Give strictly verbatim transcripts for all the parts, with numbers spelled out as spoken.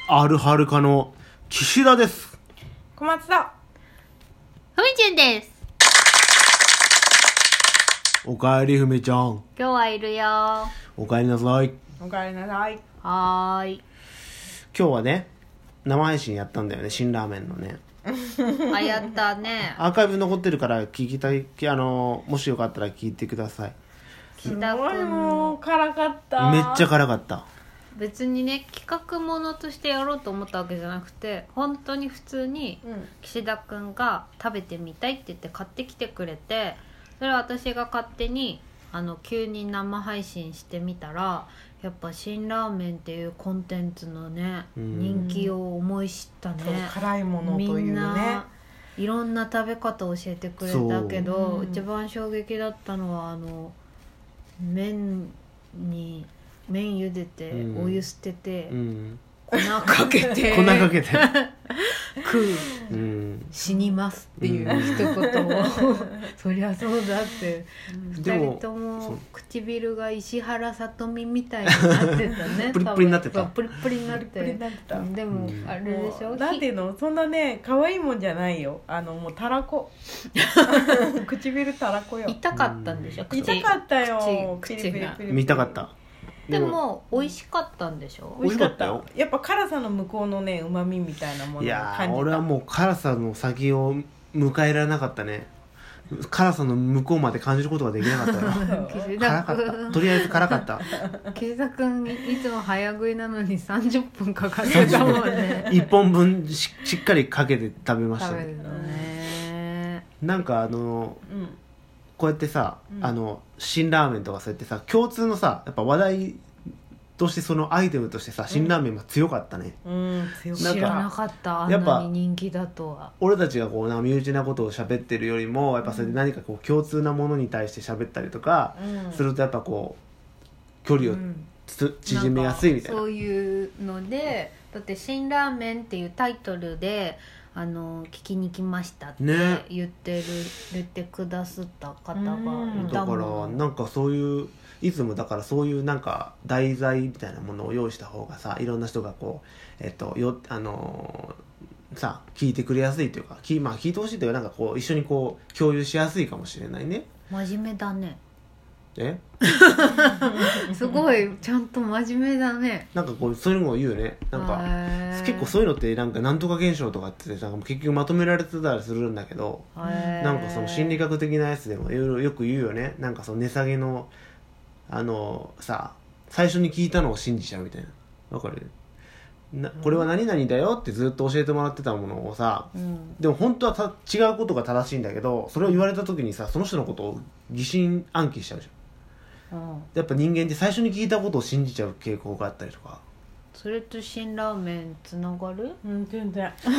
あるはるかの岸田です。 小松だ。 ふみちゅんです。 おかえりふみちゃん。 今日はいるよ。 おかえりなさい。 おかえりなさい。 はーい。 今日はね生配信やったんだよね、辛ラーメンのね。 あ、やったね。 アーカイブ残ってるから聞きたい、あのもしよかったら聞いてください。 すごい、もう辛かった。 めっちゃ辛かった。 別にね企画ものとしてやろうと思ったわけじゃなくて、本当に普通に岸田くんが食べてみたいって言って買ってきてくれて、それは私が勝手にあの急に生配信してみたら、やっぱ辛ラーメンっていうコンテンツのね人気を思い知ったね。 辛いものというね、 みんないろんな食べ方を教えてくれたけど、うん、一番衝撃だったのはあの麺に麺茹でて、うん、お湯捨てて、うん、粉かけて粉かけて食う、うん、死にますっていう一言を、うん、そりゃそうだって、うん、ふたりとも唇が石原さとみみたいになってたね。 プリップリになってた。 プリップリになってでも、うん、あれでしょ、 なんていうの、そんなね可愛いもんじゃないよ。あのもうたらこ唇たらこよ。 痛かったんでしょ、 うん、痛かったよ。 口口が見たかった。 でも美味しかったんでしょ。 美味しかったよ。やっぱ辛さの向こうのね旨味みたいなものを感じた。 いや俺はもう辛さの先を迎えられなかったね。辛さの向こうまで感じることができなかったよ辛かった。とりあえず辛かった。 岸田くんいつも早食いなのにさんじゅっぷんかかってたもんねいっぽんぶん し, しっかりかけて食べましたね。 食べるのね。 なんかあの、うん、こうやってさ、うん、あの辛ラーメンとかそうやってさ共通のさやっぱ話題としてそのアイテムとしてさ辛ラーメンは強かったね、 うんうん、強かった。知らなかったあんなに人気だとは。 俺たちがこうな身内なことを喋ってるよりもやっぱそれで何かこう共通なものに対して喋ったりとかするとやっぱこう距離をつ、うん、縮めやすいみたいな。 そういうのでだって辛ラーメンっていうタイトルであの聞きに来ましたって言ってる、ね、言ってくださった方がいたもん。 だからなんかそういういつもだからそういうなんか題材みたいなものを用意した方がさいろんな人がこうえっとよあのー、さ聞いてくれやすいというかき、まあ、聞いてほしいというかなんかこう一緒にこう共有しやすいかもしれないね。 真面目だね。 えすごいちゃんと真面目だね。 なんかこうそういうのを言うよね。なんか結構そういうのってなんかなんとか現象とかってなんか結局まとめられてたりするんだけど、なんかその心理学的なやつでもいろいろよく言うよね。なんかその値下げのあのさ最初に聞いたのを信じちゃうみたいな。わかる？なこれは何々だよってずっと教えてもらってたものをさ、うん、でも本当はた違うことが正しいんだけどそれを言われた時にさその人のことを疑心暗鬼しちゃうじゃん、うん、やっぱ人間って最初に聞いたことを信じちゃう傾向があったりとか。 それと辛ラーメンつながる？ うん全然今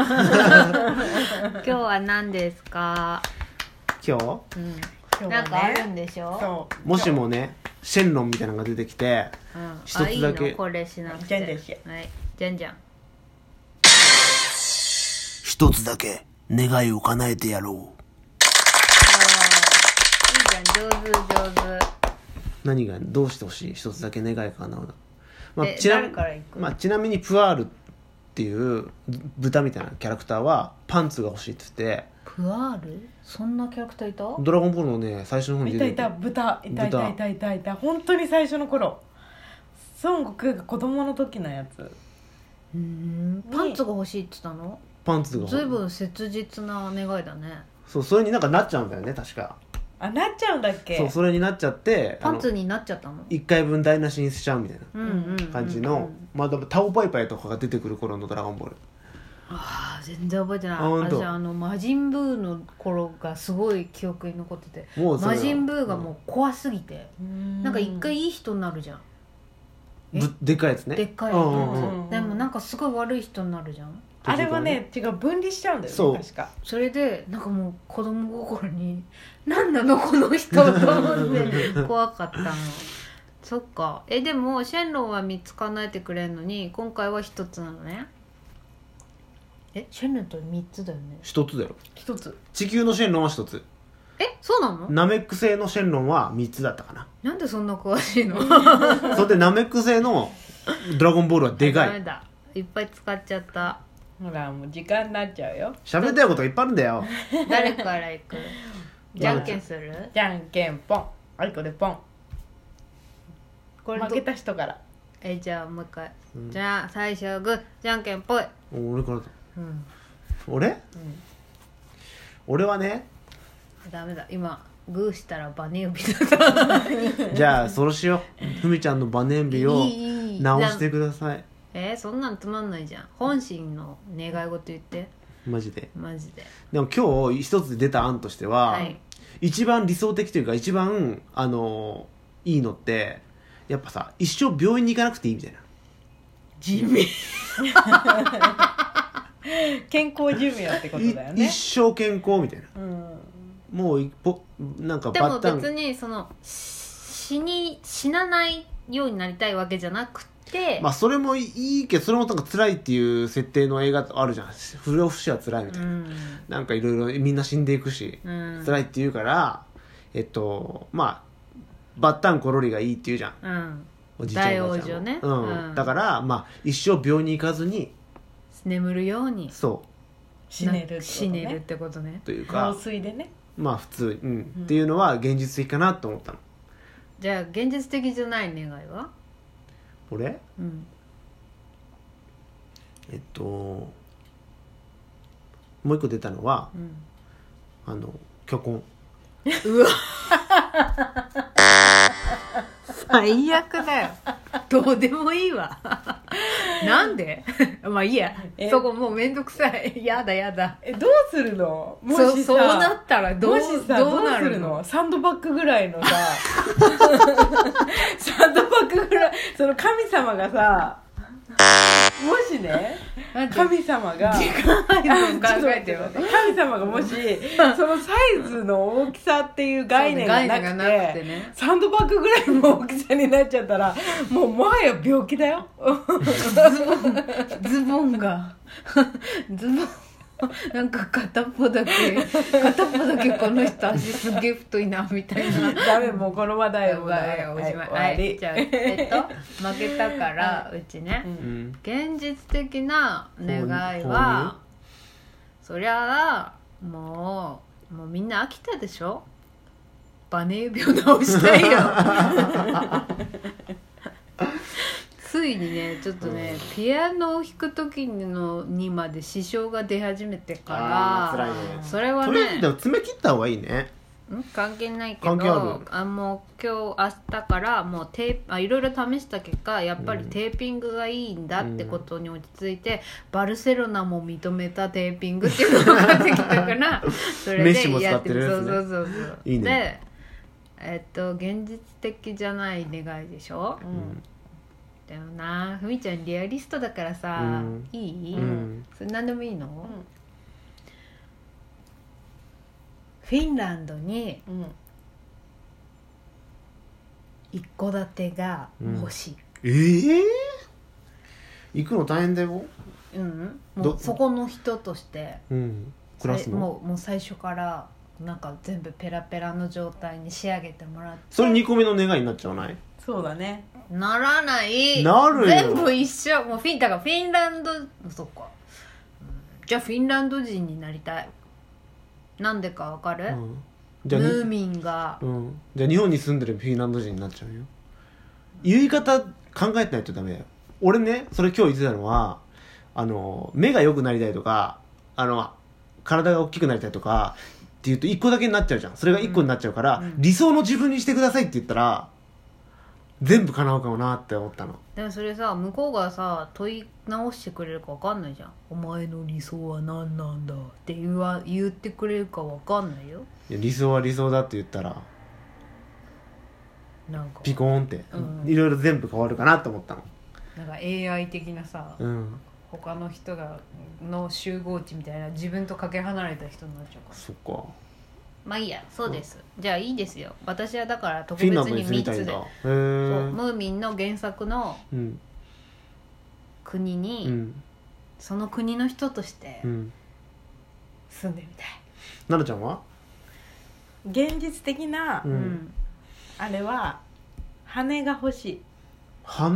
日は何ですか？ 今日？ うん、なんかあるんでしょ？ そうもしもねシェンロンみたいなのが出てきて、 うん、 一つだけあいいのこれしなくてじゃんじゃんしはいじゃんじゃん一つだけ願いを叶えてやろう。 いいじゃん上手上手。 何がどうしてほしい？一つだけ願い叶うの、まあ、 えちな誰から行く？ まあ、ちなみにプアールっていう豚みたいなキャラクターはパンツが欲しいって言って。 プアール？そんなキャラクターいた？ ドラゴンボールのね最初の方に出ていたいた豚いたいたいたいたいた本当に最初の頃孫悟空が子供の時のやつ。 うーんパンツが欲しいって言ったの？ パンツが欲しい。 ずいぶん切実な願いだね。 そうそれになんかなっちゃうんだよね確か。 あなっちゃうんだっけ？ そうそれになっちゃってパンツになっちゃったのいっかいぶん台無しにしちゃうみたいな感じの、まあタオパイパイとかが出てくる頃のドラゴンボール。 ああ全然覚えてない。 あ私あの魔人ブーの頃がすごい記憶に残ってて、魔人ブーがもう怖すぎて、うん、なんか一回いい人になるじゃん。 ぶでっかいやつね。 でっかいやつ、うんうんうん、でもなんかすごい悪い人になるじゃん。 あれはね違う分離しちゃうんだよね。そう確か。 それでなんかもう子供心に何なのこの人と思って怖かったの。そっか。えでもシェンロンはみっつ叶えてくれるのに今回はひとつなのね。えシェンロンとみっつだよね。 ひとつだよ。 ひとつ。 地球のシェンロンはひとつ。 えそうなの？ ナメック星のシェンロンはみっつだったかな。 なんでそんな詳しいの？ それでナメック星のドラゴンボールはでかい。 ダメだいっぱい使っちゃった。 ほらもう時間になっちゃうよ。 喋りたいこといっぱいあるんだよ。 誰から行く？じゃんけんする？ じゃんけんポン。あいこでポン。 これ負けた人から。 えじゃあもう一回、 うん、 じゃあ最初グーじゃんけんぽい。 俺からだ、 うん、 俺、うん、俺はねダメだ今グーしたらバネ指だったじゃあそれしよう。ふみちゃんのバネ指を直してください。 えー、そんなんつまんないじゃん。本心の願い事言って。 マジでマジで。 でも今日一つ出た案としては、 はい、 一番理想的というか一番あのいいのってやっぱさ、一生病院に行かなくていいみたいな。 地味健康寿命ってことだよね。 一生健康みたいな、うん、もう一歩なんかバッタン。 でも別にその死に死なないようになりたいわけじゃなくて、 まあそれもいいけど、それもなんか辛いっていう設定の映画あるじゃん。不老不死は辛いみたいな、うん、なんかいろいろみんな死んでいくし、うん、辛いって言うから、えっとまあバッタンコロリがいいって言うじゃん、うん、おじいちゃんおばあちゃんも大往生ね、うんうん、だからまあ一生病院に行かずに眠るように、 そう死ねるってことね。 死ねるってことね。 というか老衰でね、 まあ普通、うんうん、っていうのは現実的かなと思ったの。 じゃあ現実的じゃない願いは？ 俺、 うん、 えっともう一個出たのは、うん、あの虚婚。 うわ最悪だよ。どうでもいいわなんでまあいいや、そこもうめんどくさい。やだやだ。 えどうするの？もしさそそうなったらどう、 もしさどうなるの？ どうするの？サンドバッグぐらいのさサンドバッグぐらい、その神様がさ、もしね、神様が時間配分考えてよ。 神様がもしそのサイズの大きさっていう概念がなくて、なくてね、サンドバッグぐらいの大きさになっちゃったら、もうもはや病気だよズボンがズボンなんか片っぽだけ片っぽだけこの人足すげえ太いなみたいな。 ダメ、もうこの話題はおしまい。はい、じゃあえっと負けたからうちね、うん、現実的な願いはそりゃあもうもうみんな飽きたでしょ。バネ指を直したいよついにねちょっとね、うん、ピアノを弾く時のにまで支障が出始めてから、 辛いね、 それはね、 とりあえずでも詰め切った方がいいね。 ん関係ないけど、あもう今日明日からもうテーあいろいろ試した結果やっぱりテーピングがいいんだってことに落ち着いて、うん、バルセロナも認めたテーピングっていうのが出てきたからそれでやってる。そうそうそうそういい、ね、でえっと現実的じゃない願いでしょ、うんでもな、ふみちゃんリアリストだからさ、うん、いい、うん、それ何でもいいの、うん、フィンランドに一戸建てが欲しい、 うん、ええー、行くの大変だよ。 うん、もうそこの人として、 うん、暮らすのもう、もう最初からなんか全部ペラペラの状態に仕上げてもらって。 それにこめの願いになっちゃわない？ そうだね。 ならない。 なるよ。 全部一緒。もうフィンだからフィンランド、そっか、うん、じゃあフィンランド人になりたい。なんでかわかる？うん、じゃあムーミンが、 うん、じゃあ日本に住んでるフィンランド人になっちゃうよ。言い方考えてないとダメだよ。俺ね、それ今日言ってたのは、あの目が良くなりたいとか、あの体が大きくなりたいとかって言うと一個だけになっちゃうじゃん。それが一個になっちゃうから、うん、理想の自分にしてくださいって言ったら全部叶うかもなって思ったの。 でもそれさ、向こうがさ問い直してくれるか分かんないじゃん。お前の理想は何なんだって言わ言ってくれるか分かんないよ。 いや理想は理想だって言ったらなんかピコーンって、うん、いろいろ全部変わるかなと思ったの。 なんか エーアイ 的なさ、 うん、 他の人がの集合値みたいな、自分とかけ離れた人になっちゃうから。 そっか。 まあいいや、そうです、うん、じゃあいいですよ。私はだから特別にみっつで、そうムーミンの原作の国に、うん、その国の人として住んでみたい。 なるちゃんは現実的な、うん、あれは羽が欲しい。 羽？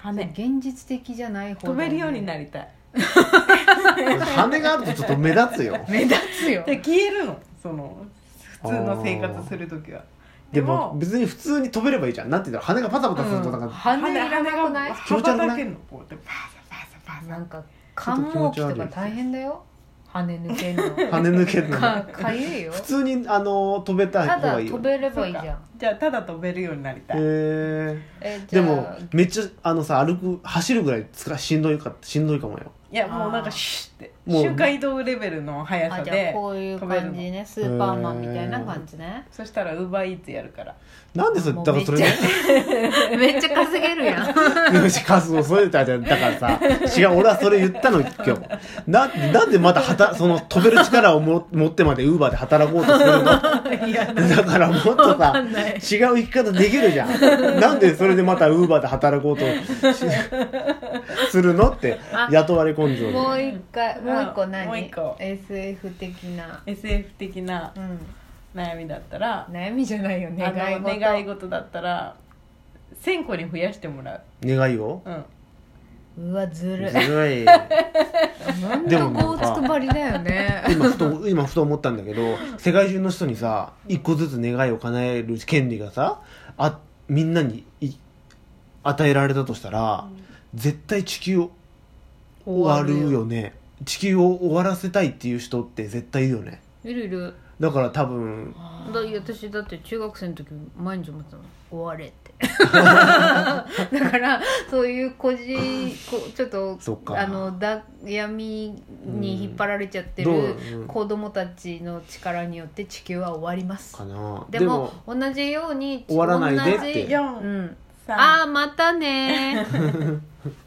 羽現実的じゃない方飛べるようになりたい羽があるとちょっと目立つよ目立つよで消えるのその普通の生活するときはでも別に普通に飛べればいいじゃん。なんていうの、羽がパタパタするとなんか、うん、 羽いらなくない？ 気持ち悪くない？ なんか寒毛期とか大変だよ。羽抜けるの羽抜けるのか, かゆいよ。 普通にあの飛べた方がいいよ。 ただ飛べればいいじゃん。 じゃあただ飛べるようになりたい。へーえでもめっちゃあのさ歩く走るぐらいつかしんどいかしんどいかもよ。 いやもうなんかシュッて瞬間移動レベルの速さで飛べるの。 こういう感じね、スーパーマンみたいな感じね。 そしたらウーバーイーツやるから。 なんでそれだからそれねめっちゃ稼げるやん。 よしカスをそういうただからさ違う、俺はそれ言ったの今日。ななんでまだはたその飛べる力をも持ってまでウーバーで働こうとするのいやだからもっとさ違う生き方できるじゃん。なんでそれでまたウーバーで働こうとするのって雇われ根性。 もう一回もう一個何？ もう一個エスエフ 的なエスエフ 的な、うん悩みだったら、 悩みじゃないよ、願い事。 願い事だったらせんこに増やしてもらう。 願いを？ うん。うわずるい。 ずるい。 でもこうつくばりだよね。 今ふと今ふと思ったんだけど、世界中の人にさ一個ずつ願いを叶える権利がさあみんなに与えられたとしたら、うん、絶対地球終わるよね。地球を終わらせたいっていう人って絶対いるよね。 いるいる。 だから多分だ私だって中学生の時毎日思ってたの終われってだからそういう孤児こちょっとあのだ闇に引っ張られちゃってる子供たちの力によって地球は終わりますかな。でも同じように終わらないでって、 うん、あーまたね